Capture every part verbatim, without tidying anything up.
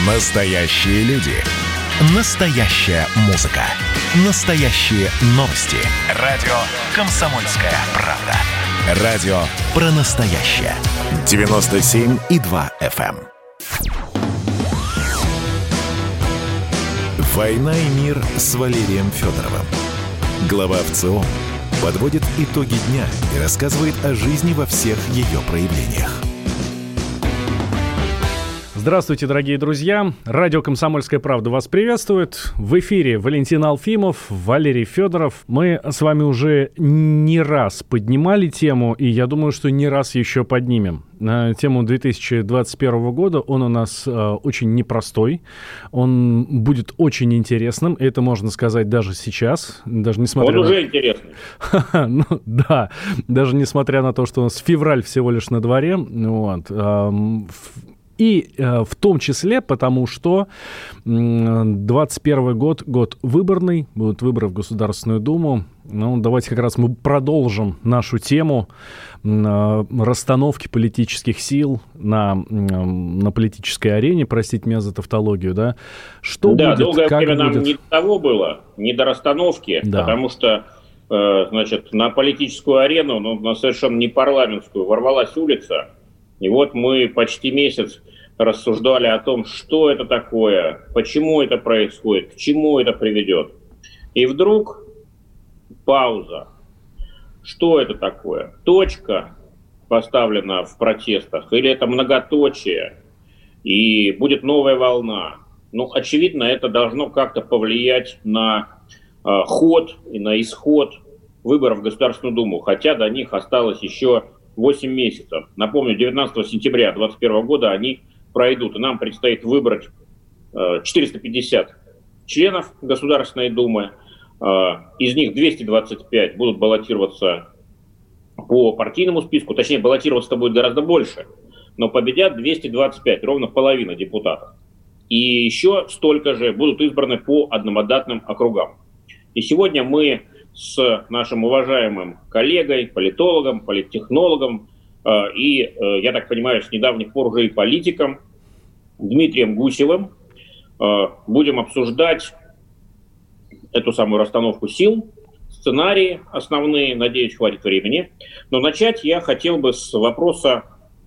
Настоящие люди. Настоящая музыка. Настоящие новости. Радио «Комсомольская правда». Радио про настоящее. девяносто семь и два эф эм. «Война и мир» с Валерием Федоровым. Глава ВЦИОМ подводит итоги дня и рассказывает о жизни во всех ее проявлениях. Здравствуйте, дорогие друзья. Радио «Комсомольская правда» вас приветствует. В эфире Валентин Алфимов, Валерий Федоров. Мы с вами уже не раз поднимали тему, и я думаю, что не раз еще поднимем. На тему две тысячи двадцать первого года. Он у нас э, очень непростой. Он будет очень интересным. Это можно сказать даже сейчас. Даже несмотря Он на... уже интересный. Ну, да. Даже несмотря на то, что у нас февраль всего лишь на дворе. Вот. И э, в том числе потому, что двадцать первый год, год выборный, будут выборы в Государственную Думу. Ну, давайте как раз мы продолжим нашу тему э, расстановки политических сил на, э, на политической арене, простите меня за тавтологию, да. Что да, будет, долгое как время будет? Нам не до того было, не до расстановки, да. Потому что, э, значит, на политическую арену, ну, на совершенно не парламентскую, ворвалась улица. И вот мы почти месяц рассуждали о том, что это такое, почему это происходит, к чему это приведет. И вдруг пауза. Что это такое? Точка поставлена в протестах или это многоточие и будет новая волна? Ну, очевидно, это должно как-то повлиять на э, ход и на исход выборов в Государственную Думу, хотя до них осталось еще восемь месяцев. Напомню, девятнадцатого сентября две тысячи двадцать первого года они пройдут, и нам предстоит выбрать э, четыреста пятьдесят членов Государственной Думы. Э, из них двести двадцать пять будут баллотироваться по партийному списку, точнее, баллотироваться-то будет гораздо больше, но победят двести двадцать пять, ровно половина депутатов. И еще столько же будут избраны по одномандатным округам. И сегодня мы с нашим уважаемым коллегой, политологом, политтехнологом э, и, э, я так понимаю, с недавних пор уже и политиком Дмитрием Гусевым э, будем обсуждать эту самую расстановку сил, сценарии основные, надеюсь, хватит времени. Но начать я хотел бы с вопроса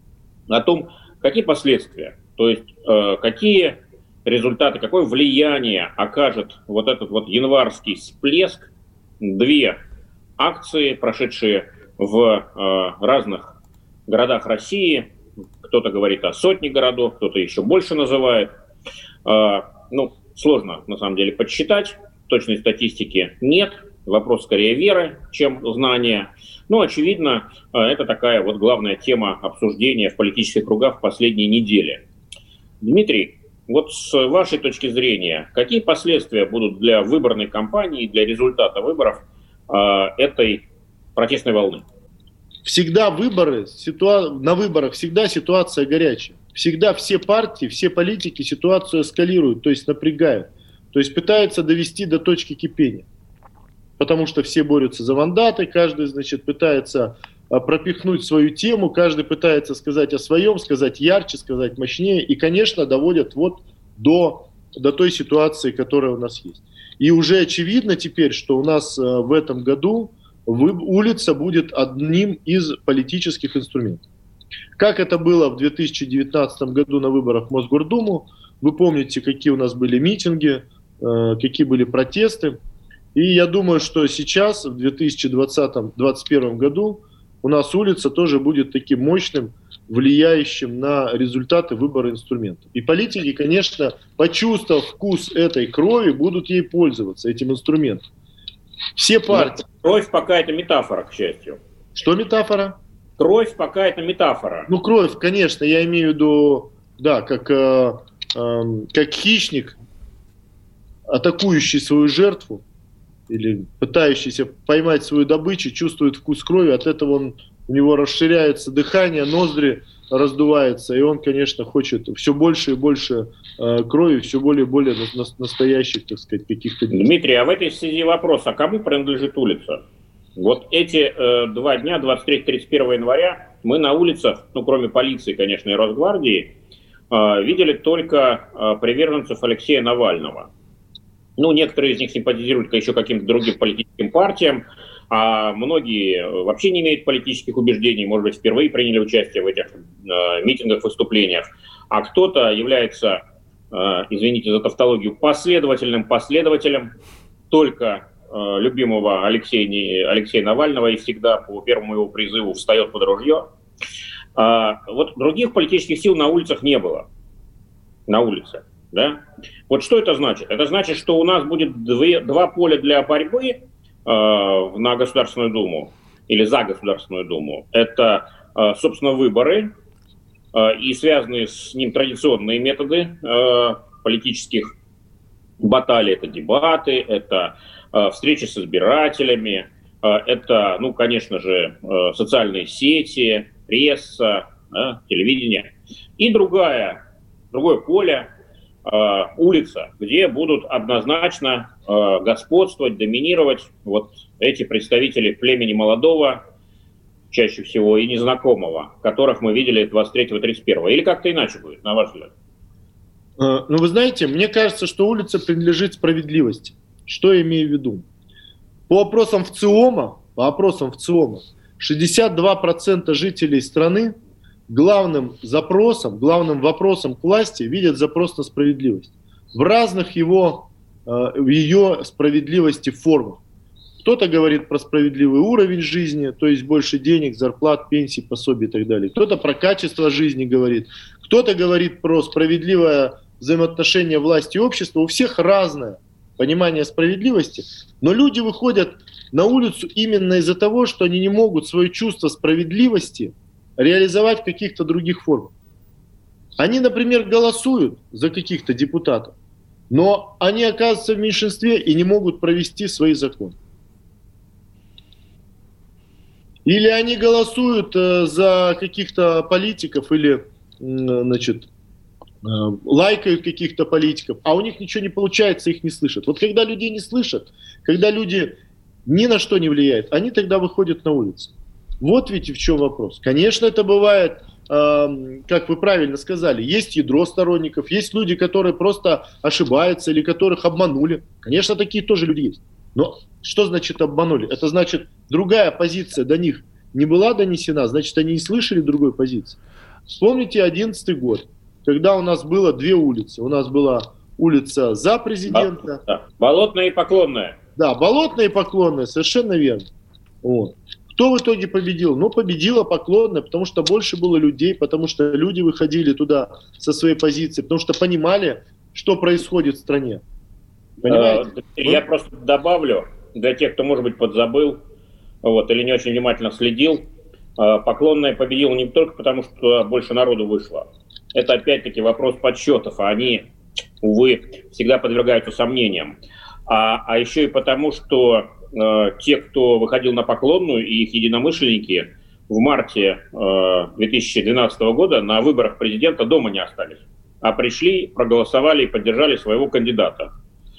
о том, какие последствия, то есть э, какие результаты, какое влияние окажет вот этот вот январский всплеск. Две акции, прошедшие в э, разных городах России. Кто-то говорит о сотне городов, кто-то еще больше называет. Э, ну, сложно, на самом деле, подсчитать. Точной статистики нет. Вопрос скорее веры, чем знания. Но, очевидно, э, это такая вот главная тема обсуждения в политических кругах в последние недели. Дмитрий, вот с вашей точки зрения, какие последствия будут для выборной кампании и для результата выборов э, этой протестной волны? Всегда выборы, ситуа... на выборах всегда ситуация горячая. Всегда все партии, все политики ситуацию эскалируют, то есть напрягают. То есть пытаются довести до точки кипения. Потому что все борются за мандаты, каждый, значит, пытается пропихнуть свою тему, каждый пытается сказать о своем, сказать ярче, сказать мощнее, и, конечно, доводят вот до, до той ситуации, которая у нас есть. И уже очевидно теперь, что у нас в этом году улица будет одним из политических инструментов. Как это было в две тысячи девятнадцатом году на выборах в Мосгордуму, вы помните, какие у нас были митинги, какие были протесты. И я думаю, что сейчас, в две тысячи двадцатом — двадцать первом году, у нас улица тоже будет таким мощным, влияющим на результаты выбора инструментов. И политики, конечно, почувствовав вкус этой крови, будут ей пользоваться, этим инструментом. Все партии... Кровь пока это метафора, к счастью. Что метафора? Кровь пока это метафора. Ну, кровь, конечно, я имею в виду, да, как, э, э, как хищник, атакующий свою жертву, или пытающийся поймать свою добычу, чувствует вкус крови, от этого он, у него расширяется дыхание, ноздри раздуваются, и он, конечно, хочет все больше и больше э, крови, все более и более на, на, настоящих, так сказать, каких-то... Дмитрий, а в этой связи вопрос, а кому принадлежит улица? Вот эти э, два дня, двадцать третьего — тридцать первого января, мы на улицах, ну, кроме полиции, конечно, и Росгвардии, видели только приверженцев Алексея Навального. Ну, некоторые из них симпатизируют еще каким-то другим политическим партиям, а многие вообще не имеют политических убеждений, может быть, впервые приняли участие в этих э, митингах, выступлениях, а кто-то является, э, извините за тавтологию, последовательным последователем только э, любимого Алексея, Алексея Навального и всегда по первому его призыву встает под ружье. А, вот других политических сил на улицах не было. На улице. Да? Вот что это значит? Это значит, что у нас будет две, два поля для борьбы э, на Государственную Думу или за Государственную Думу. Это, э, собственно, выборы э, и связанные с ним традиционные методы э, политических баталий. Это дебаты, это э, встречи с избирателями, э, это, ну, конечно же, э, социальные сети, пресса, э, телевидение. И другая, другое поле, улица, где будут однозначно э, господствовать, доминировать вот эти представители племени молодого, чаще всего и незнакомого, которых мы видели двадцать третьего тридцать первого. Или как-то иначе будет, на ваш взгляд? Ну, вы знаете, мне кажется, что улица принадлежит справедливости. Что я имею в виду? По опросам ВЦИОМа, по опросам ВЦИОМа, шестьдесят два процента жителей страны главным запросом, главным вопросом к власти видят запрос на справедливость. В разных его, в ее справедливости формах. Кто-то говорит про справедливый уровень жизни, то есть больше денег, зарплат, пенсий, пособий и так далее. Кто-то про качество жизни говорит. Кто-то говорит про справедливое взаимоотношение власти и общества. У всех разное понимание справедливости. Но люди выходят на улицу именно из-за того, что они не могут свое чувство справедливости реализовать в каких-то других формах. Они, например, голосуют за каких-то депутатов, но они оказываются в меньшинстве и не могут провести свои законы. Или они голосуют э, за каких-то политиков или э, значит, э, лайкают каких-то политиков, а у них ничего не получается, их не слышат. Вот когда людей не слышат, когда люди ни на что не влияют, они тогда выходят на улицу. Вот ведь и в чем вопрос. Конечно, это бывает, э, как вы правильно сказали, есть ядро сторонников, есть люди, которые просто ошибаются или которых обманули. Конечно, такие тоже люди есть. Но что значит обманули? Это значит, другая позиция до них не была донесена, значит, они не слышали другой позиции. Вспомните одиннадцатый год, когда у нас было две улицы. У нас была улица за президента. Да, Болотная и Поклонная. Да, Болотная и Поклонная, совершенно верно. Вот. Кто в итоге победил? Ну, победила Поклонная, потому что больше было людей, потому что люди выходили туда со своей позиции, потому что понимали, что происходит в стране. Понимаете? Я ну? просто добавлю, для тех, кто, может быть, подзабыл, вот, или не очень внимательно следил, Поклонная победила не только потому, что больше народу вышло. Это, опять-таки, вопрос подсчетов, а они, увы, всегда подвергаются сомнениям. А, а еще и потому, что э, те, кто выходил на Поклонную и их единомышленники в марте э, две тысячи двенадцатого года на выборах президента дома не остались, а пришли, проголосовали и поддержали своего кандидата.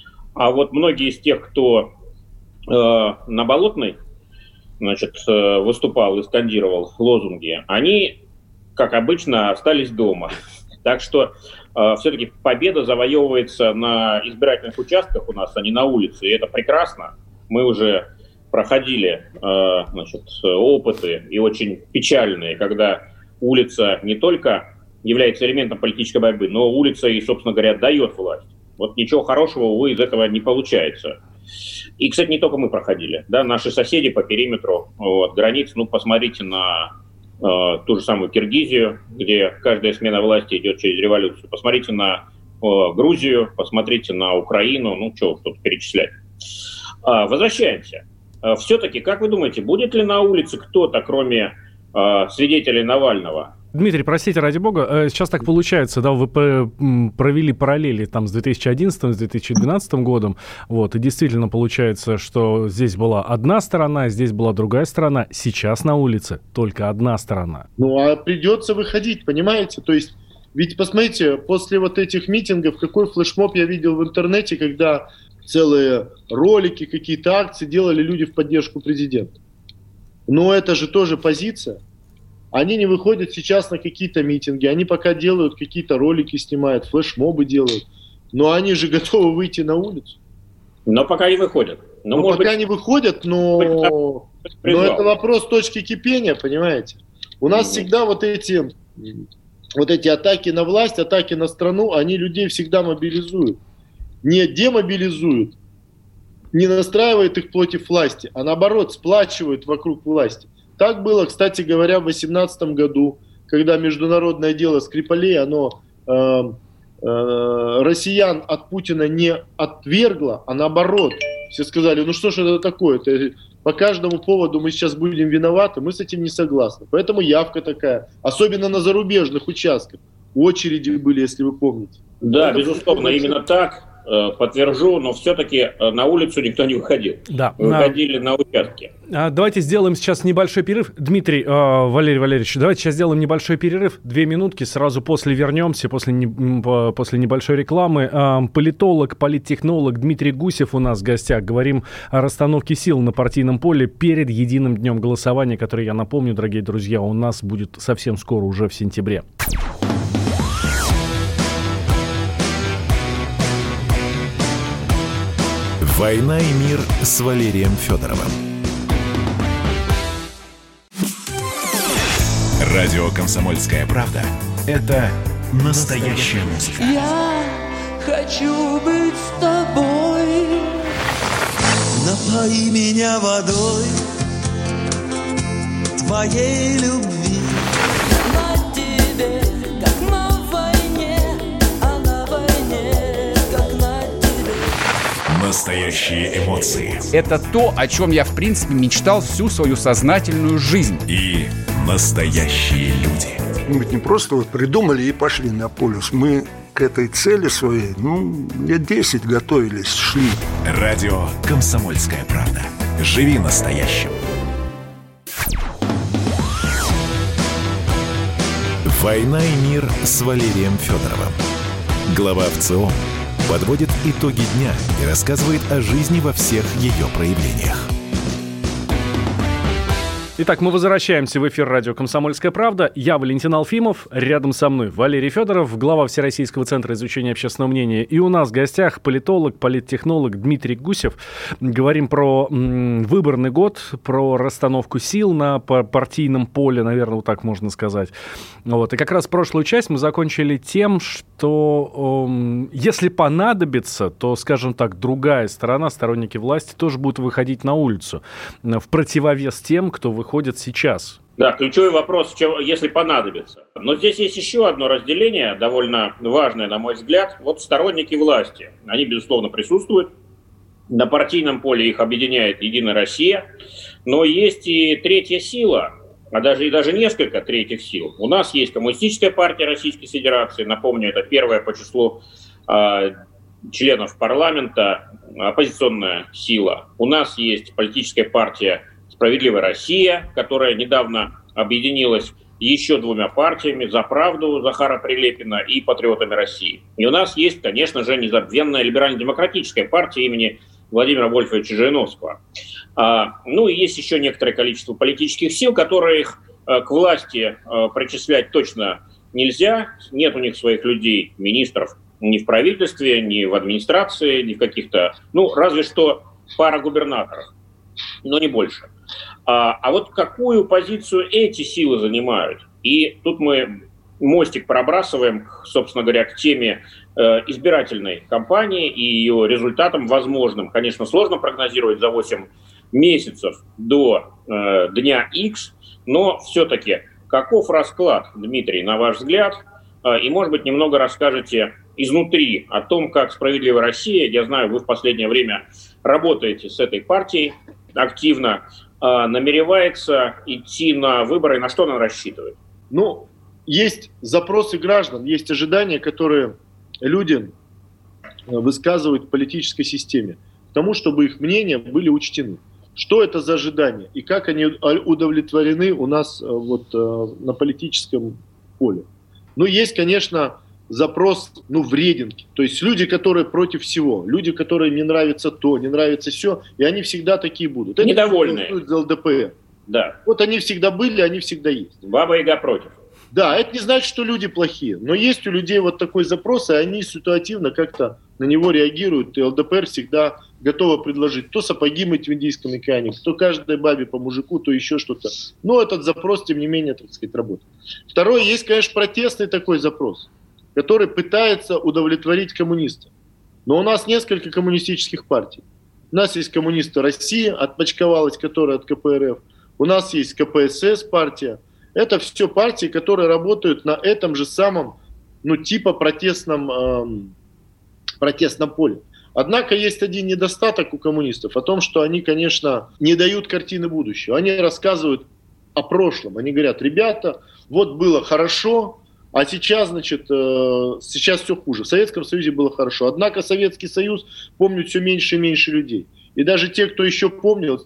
А вот многие из тех, кто э, на Болотной, значит, э, выступал и скандировал лозунги, они, как обычно, остались дома. Так что э, все-таки победа завоевывается на избирательных участках у нас, а не на улице. И это прекрасно. Мы уже проходили э, значит, опыты и очень печальные, когда улица не только является элементом политической борьбы, но улица и, собственно говоря, дает власть. Вот ничего хорошего, увы, из этого не получается. И, кстати, не только мы проходили. Да, наши соседи по периметру вот, границ, ну, посмотрите на э, ту же самую Киргизию, где каждая смена власти идет через революцию. Посмотрите на э, Грузию, посмотрите на Украину, ну, что тут перечислять. А, возвращаемся. А, все-таки, как вы думаете, будет ли на улице кто-то, кроме э, свидетелей Навального? Дмитрий, простите, ради бога, сейчас так получается, да, вы провели параллели там с две тысячи одиннадцатым, с две тысячи двенадцатым годом, вот, и действительно получается, что здесь была одна сторона, здесь была другая сторона, сейчас на улице только одна сторона. Ну, а придется выходить, понимаете, то есть, ведь посмотрите, после вот этих митингов, какой флешмоб я видел в интернете, когда целые ролики, какие-то акции делали люди в поддержку президента. Но это же тоже позиция. Они не выходят сейчас на какие-то митинги, они пока делают какие-то ролики, снимают, флешмобы делают, но они же готовы выйти на улицу. Но пока не выходят. Но, но пока быть, не выходят, но, но это вопрос точки кипения, понимаете? У нас mm-hmm. всегда вот эти, вот эти атаки на власть, атаки на страну, они людей всегда мобилизуют. Не демобилизуют, не настраивают их против власти, а наоборот сплачивают вокруг власти. Так было, кстати говоря, в две тысячи восемнадцатом году, когда международное дело Скрипалей, оно э, э, россиян от Путина не отвергло, а наоборот. Все сказали, ну что ж это такое? Это, по каждому поводу мы сейчас будем виноваты, мы с этим не согласны. Поэтому явка такая, особенно на зарубежных участках. Очереди были, если вы помните. Да, это безусловно, именно так. Подтвержу, но все-таки на улицу никто не выходил. Да. Выходили а, на участки. А, давайте сделаем сейчас небольшой перерыв. Дмитрий, э, Валерий Валерьевич, давайте сейчас сделаем небольшой перерыв. Две минутки, сразу после вернемся, после, не, после небольшой рекламы. Э, политолог, политтехнолог Дмитрий Гусев у нас в гостях. Говорим о расстановке сил на партийном поле перед единым днем голосования, который, я напомню, дорогие друзья, у нас будет совсем скоро, уже в сентябре. «Война и мир» с Валерием Федоровым. Радио «Комсомольская правда» — это настоящая музыка. Я хочу быть с тобой. Напои меня водой твоей любви. На тебе, как на войне, а на войне, как на тебе. Настоящие эмоции. Это то, о чем я, в принципе, мечтал всю свою сознательную жизнь. И настоящие люди. Мы ведь не просто вот придумали и пошли на полюс. Мы к этой цели своей, ну, лет десять готовились, шли. Радио «Комсомольская правда». Живи настоящим. «Война и мир» с Валерием Федоровым. Глава ВЦИОМ подводит итоги дня и рассказывает о жизни во всех ее проявлениях. Итак, мы возвращаемся в эфир радио «Комсомольская правда». Я Валентин Алфимов, рядом со мной Валерий Федоров, глава Всероссийского центра изучения общественного мнения. И у нас в гостях политолог, политтехнолог Дмитрий Гусев. Говорим про м, выборный год, про расстановку сил на партийном поле, наверное, вот так можно сказать. Вот. И как раз прошлую часть мы закончили тем, что э, если понадобится, то, скажем так, другая сторона, сторонники власти, тоже будут выходить на улицу в противовес тем, кто выходит ходят сейчас. Да, ключевой вопрос, если понадобится. Но здесь есть еще одно разделение, довольно важное, на мой взгляд. Вот сторонники власти, они, безусловно, присутствуют. На партийном поле их объединяет «Единая Россия». Но есть и третья сила, а даже и даже несколько третьих сил. У нас есть Коммунистическая партия Российской Федерации. Напомню, это первая по числу э, членов парламента оппозиционная сила. У нас есть политическая партия «Справедливая Россия», которая недавно объединилась еще двумя партиями: «За правду» Захара Прилепина и «Патриотами России». И у нас есть, конечно же, незабвенная либерально-демократическая партия имени Владимира Вольфовича Жириновского. А, ну и есть еще некоторое количество политических сил, которые их а, к власти а, причислять точно нельзя. Нет у них своих людей, министров, ни в правительстве, ни в администрации, ни в каких-то... Ну, разве что пара губернаторов, но не больше. А, а вот какую позицию эти силы занимают? И тут мы мостик пробрасываем, собственно говоря, к теме э, избирательной кампании и ее результатам возможным. Конечно, сложно прогнозировать за восемь месяцев до э, дня X, но все-таки каков расклад, Дмитрий, на ваш взгляд? Э, и, может быть, немного расскажете изнутри о том, как «Справедливая Россия», я знаю, вы в последнее время работаете с этой партией активно, намеревается идти на выборы, и на что она рассчитывает? Ну, есть запросы граждан, есть ожидания, которые люди высказывают в политической системе, к тому, чтобы их мнения были учтены. Что это за ожидания и как они удовлетворены у нас вот на политическом поле? Ну, есть, конечно, запрос, ну, в рейтинге. То есть люди, которые против всего, люди, которые не нравится то, не нравится все, и они всегда такие будут. Это недовольные. За ЛДПР. Да. Вот они всегда были, они всегда есть. Баба-Яга против. Да, это не значит, что люди плохие, но есть у людей вот такой запрос, и они ситуативно как-то на него реагируют, и ЛДПР всегда готова предложить то сапоги мыть в Индийском океане, то каждой бабе по мужику, то еще что-то. Но этот запрос, тем не менее, так сказать, работает. Второй, есть, конечно, протестный такой запрос, который пытается удовлетворить коммунистов. Но у нас несколько коммунистических партий. У нас есть коммунисты России, отпочковалась, которая от ка пэ эр эф. У нас есть ка пэ эс эс партия. Это все партии, которые работают на этом же самом, ну, типа протестном, эм, протестном поле. Однако есть один недостаток у коммунистов, о том, что они, конечно, не дают картины будущего. Они рассказывают о прошлом. Они говорят: ребята, вот было хорошо, а сейчас, значит, э, сейчас все хуже. В Советском Союзе было хорошо. Однако Советский Союз помнит все меньше и меньше людей. И даже те, кто еще помнил,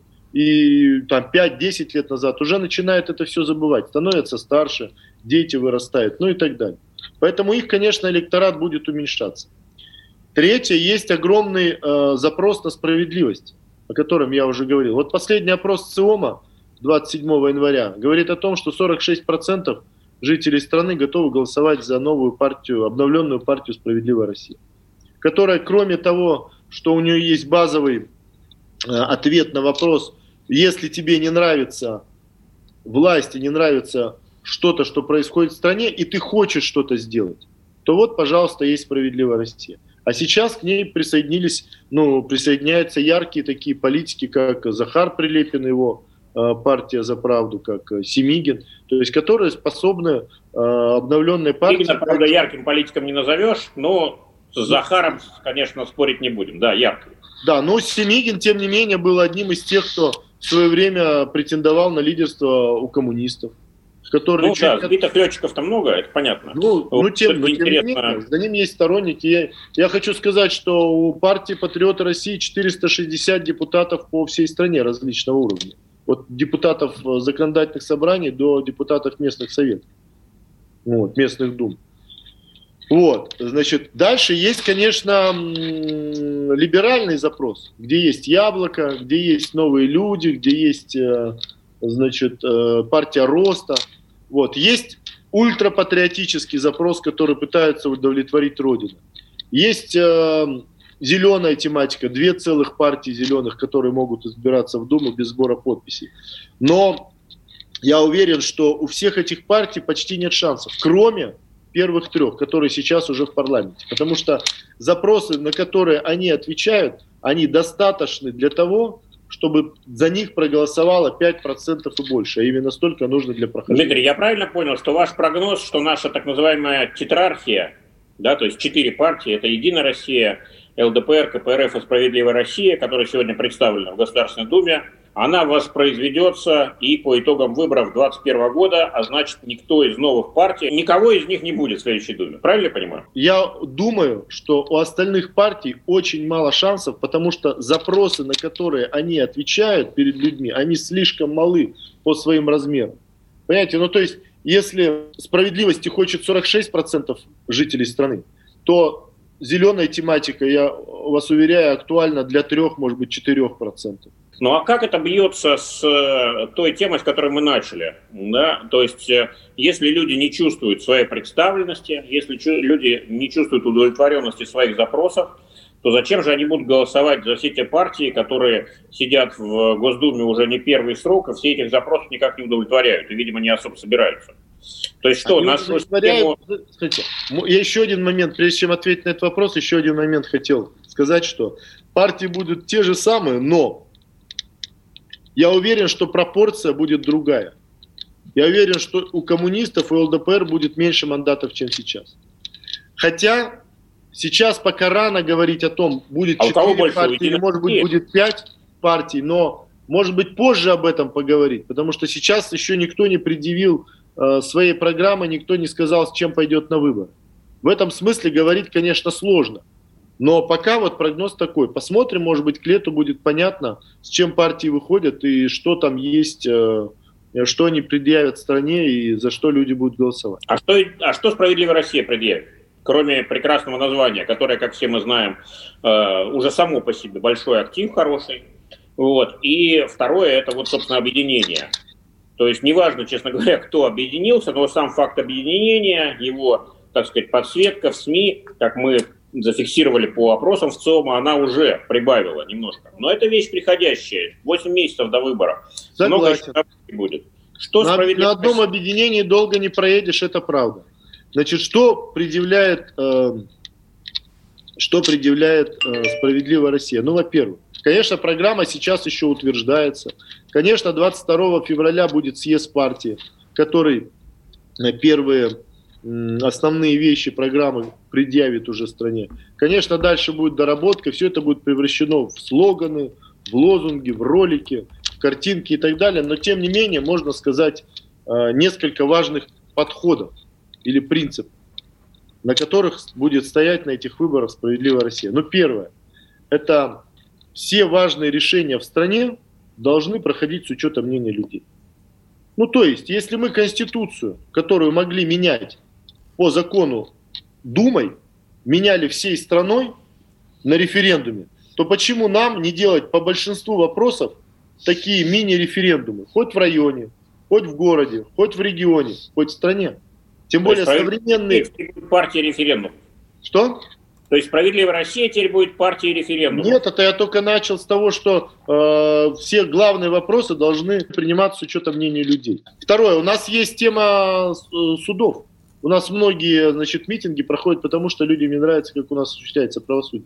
и там пять-десять лет назад, уже начинают это все забывать, становятся старше, дети вырастают, ну и так далее. Поэтому их, конечно, электорат будет уменьшаться. Третье, есть огромный э, запрос на справедливость, о котором я уже говорил. Вот последний опрос ЦИОМа двадцать седьмого января говорит о том, что сорок шесть процентов жителей страны готовы голосовать за новую партию, обновленную партию «Справедливая Россия», которая, кроме того, что у нее есть базовый э, ответ на вопрос: если тебе не нравится власть и не нравится что-то, что происходит в стране, и ты хочешь что-то сделать, то вот, пожалуйста, есть «Справедливая Россия». А сейчас к ней присоединились, ну, присоединяются яркие такие политики, как Захар Прилепин, его э, партия «За правду», как э, Семигин, то есть которые способны э, обновленной партии... Семигина, правда, ярким политиком не назовешь, но с Захаром, конечно, спорить не будем, да, яркий. Да, но Семигин, тем не менее, был одним из тех, кто в свое время претендовал на лидерство у коммунистов. Которые ну да, сбитых летчиков-то много, это понятно. Ну, ну тем, но тем не менее, за ним есть сторонники. Я, я хочу сказать, что у партии «Патриоты России» четыреста шестьдесят депутатов по всей стране различного уровня. От депутатов законодательных собраний до депутатов местных советов, вот, местных дум. Вот, значит, дальше есть, конечно, либеральный запрос, где есть «Яблоко», где есть «Новые люди», где есть, значит, партия роста. Вот. Есть ультрапатриотический запрос, который пытается удовлетворить Родину. Есть э, зеленая тематика, две целых партии зеленых, которые могут избираться в Думу без сбора подписей. Но я уверен, что у всех этих партий почти нет шансов, кроме первых трех, которые сейчас уже в парламенте. Потому что запросы, на которые они отвечают, они достаточны для того, чтобы за них проголосовало пять процентов и больше, а именно столько нужно для прохождения. Дмитрий, я правильно понял, что ваш прогноз, что наша так называемая тетрархия, да, то есть четыре партии, это «Единая Россия», эл дэ пэ эр, ка пэ эр эф и «Справедливая Россия», которая сегодня представлена в Государственной Думе, она воспроизведется и по итогам выборов две тысячи двадцать первого года, а значит, никто из новых партий, никого из них не будет в следующей Думе. Правильно я понимаю? Я думаю, что у остальных партий очень мало шансов, потому что запросы, на которые они отвечают перед людьми, они слишком малы по своим размерам. Понимаете, ну то есть, если справедливости хочет сорок шесть процентов жителей страны, то зеленая тематика, я вас уверяю, актуальна для трех, может быть, четырех процентов. Ну а как это бьется с той темой, с которой мы начали? Да? То есть, если люди не чувствуют своей представленности, если чу- люди не чувствуют удовлетворенности своих запросов, то зачем же они будут голосовать за все те партии, которые сидят в Госдуме уже не первый срок, и все этих запросов никак не удовлетворяют, и, видимо, не особо собираются? То есть что, нашу систему... Смотрите, я еще один момент, прежде чем ответить на этот вопрос, еще один момент хотел сказать, что партии будут те же самые, но я уверен, что пропорция будет другая. Я уверен, что у коммунистов и эл дэ пэ эр будет меньше мандатов, чем сейчас. Хотя сейчас пока рано говорить о том, будет а четыре партии или, может быть, будет пять партий, но, может быть, позже об этом поговорить, потому что сейчас еще никто не предъявил э, своей программы, никто не сказал, с чем пойдет на выборы. В этом смысле говорить, конечно, сложно. Но пока вот прогноз такой. Посмотрим, может быть, к лету будет понятно, с чем партии выходят и что там есть, э, что они предъявят стране и за что люди будут голосовать. А что, а что «Справедливая Россия» предъявит? Кроме прекрасного названия, которое, как все мы знаем, э, уже само по себе большой актив хороший. Вот. И второе, это вот, собственно, объединение. То есть неважно, честно говоря, кто объединился, но сам факт объединения, его, так сказать, подсветка в СМИ, как мы зафиксировали по опросам в ЦИОМ, она уже прибавила немножко. Но это вещь приходящая. восемь месяцев до выборов. Согласен. Много еще будет. Что на, справедливо... на одном объединении долго не проедешь, это правда. Значит, что предъявляет, э, что предъявляет э, «Справедливая Россия»? Ну, во-первых, конечно, программа сейчас еще утверждается. Конечно, двадцать второго февраля будет съезд партии, который первые м, основные вещи программы предъявит уже стране. Конечно, дальше будет доработка, все это будет превращено в слоганы, в лозунги, в ролики, в картинки и так далее. Но, тем не менее, можно сказать э, несколько важных подходов или принципов, на которых будет стоять на этих выборах «Справедливая Россия». Ну, первое, это все важные решения в стране должны проходить с учетом мнения людей. Ну, то есть, если мы Конституцию, которую могли менять по закону Думой, меняли всей страной на референдуме, то почему нам не делать по большинству вопросов такие мини-референдумы? Хоть в районе, хоть в городе, хоть в регионе, хоть в стране. Тем более современные... партии референдум. Что? То есть «Справедливая Россия» теперь будет партией референдума? Нет, это я только начал с того, что э, все главные вопросы должны приниматься с учетом мнения людей. Второе, у нас есть тема судов. У нас многие, значит, митинги проходят, потому что людям не нравится, как у нас осуществляется правосудие.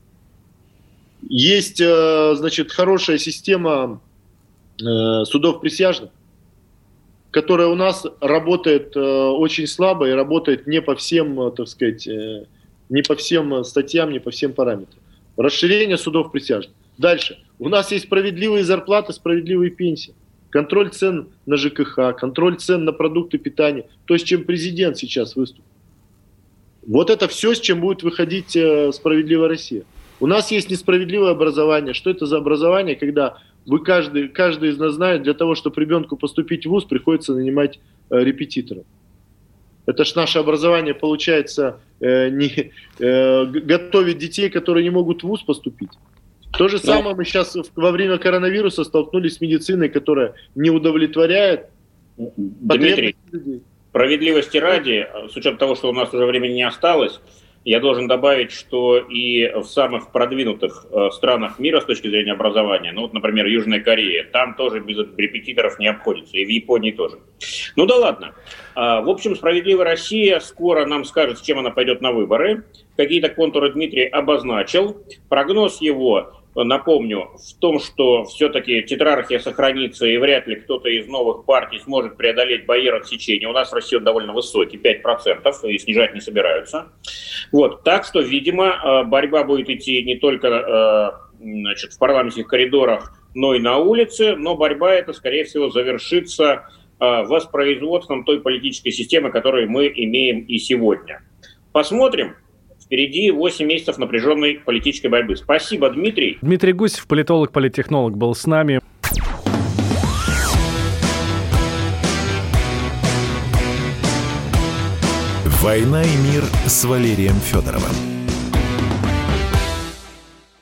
Есть, э, значит, хорошая система э, судов присяжных, которая у нас работает э, очень слабо и работает не по всем, э, так сказать, э, не по всем статьям, не по всем параметрам. Расширение судов присяжных. Дальше. У нас есть справедливые зарплаты, справедливые пенсии. Контроль цен на ЖКХ, контроль цен на продукты питания. То, с чем президент сейчас выступил. Вот это все, с чем будет выходить э, «Справедливая Россия». У нас есть несправедливое образование. Что это за образование, когда вы каждый, каждый из нас знает, для того, чтобы ребенку поступить в вуз, приходится нанимать э, репетиторов. Это ж наше образование, получается, э, не, э, готовить детей, которые не могут в вуз поступить. То же самое мы сейчас во время коронавируса столкнулись с медициной, которая не удовлетворяет потребности людей. Справедливости ради, с учетом того, что у нас уже времени не осталось, я должен добавить, что и в самых продвинутых странах мира с точки зрения образования, ну вот, например, Южная Корея, там тоже без репетиторов не обходится, и в Японии тоже. Ну да ладно. В общем, «Справедливая Россия» скоро нам скажет, с чем она пойдет на выборы. Какие-то контуры Дмитрий обозначил. Прогноз его, напомню, в том, что все-таки тетрархия сохранится, и вряд ли кто-то из новых партий сможет преодолеть барьер отсечения. У нас в России он довольно высокий, пять процентов, и снижать не собираются. Вот. Так что, видимо, борьба будет идти не только, значит, в парламентских коридорах, но и на улице, но борьба эта, скорее всего, завершится воспроизводством той политической системы, которую мы имеем и сегодня. Посмотрим. Впереди восемь месяцев напряженной политической борьбы. Спасибо, Дмитрий. Дмитрий Гусев, политолог, политтехнолог, был с нами. «Война и мир» с Валерием Федоровым.